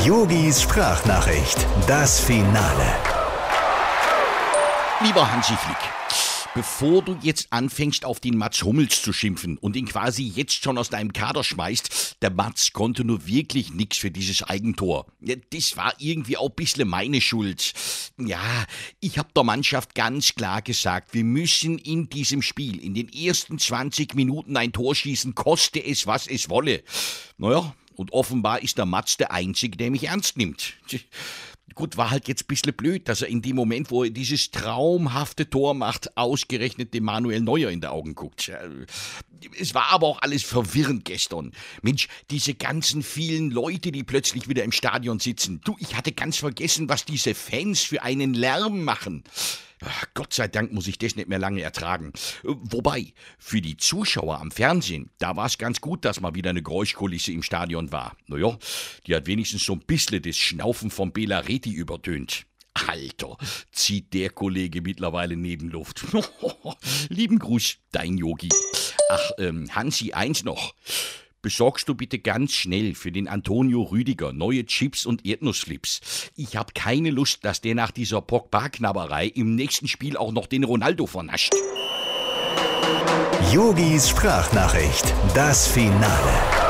Yogis Sprachnachricht, das Finale. Lieber Hansi Flick, bevor du jetzt anfängst, auf den Mats Hummels zu schimpfen und ihn quasi jetzt schon aus deinem Kader schmeißt, der Mats konnte nur wirklich nix für dieses Eigentor. Ja, das war irgendwie auch ein bisschen meine Schuld. Ja, ich hab der Mannschaft ganz klar gesagt, wir müssen in diesem Spiel in den ersten 20 Minuten ein Tor schießen, koste es, was es wolle. Naja, und offenbar ist der Mats der Einzige, der mich ernst nimmt. Gut, war halt jetzt ein bisschen blöd, dass er in dem Moment, wo er dieses traumhafte Tor macht, ausgerechnet dem Manuel Neuer in die Augen guckt. Es war aber auch alles verwirrend gestern. Mensch, diese ganzen vielen Leute, die plötzlich wieder im Stadion sitzen. Du, ich hatte ganz vergessen, was diese Fans für einen Lärm machen. Gott sei Dank muss ich das nicht mehr lange ertragen. Wobei, für die Zuschauer am Fernsehen, da war es ganz gut, dass mal wieder eine Geräuschkulisse im Stadion war. Naja, die hat wenigstens so ein bisschen das Schnaufen von Bela Reti übertönt. Alter, zieht der Kollege mittlerweile Nebenluft. Lieben Gruß, dein Yogi. Ach, Hansi, eins noch. Besorgst du bitte ganz schnell für den Antonio Rüdiger neue Chips und Erdnussflips. Ich habe keine Lust, dass der nach dieser Pogba-Knabberei im nächsten Spiel auch noch den Ronaldo vernascht. Yogis Sprachnachricht, das Finale.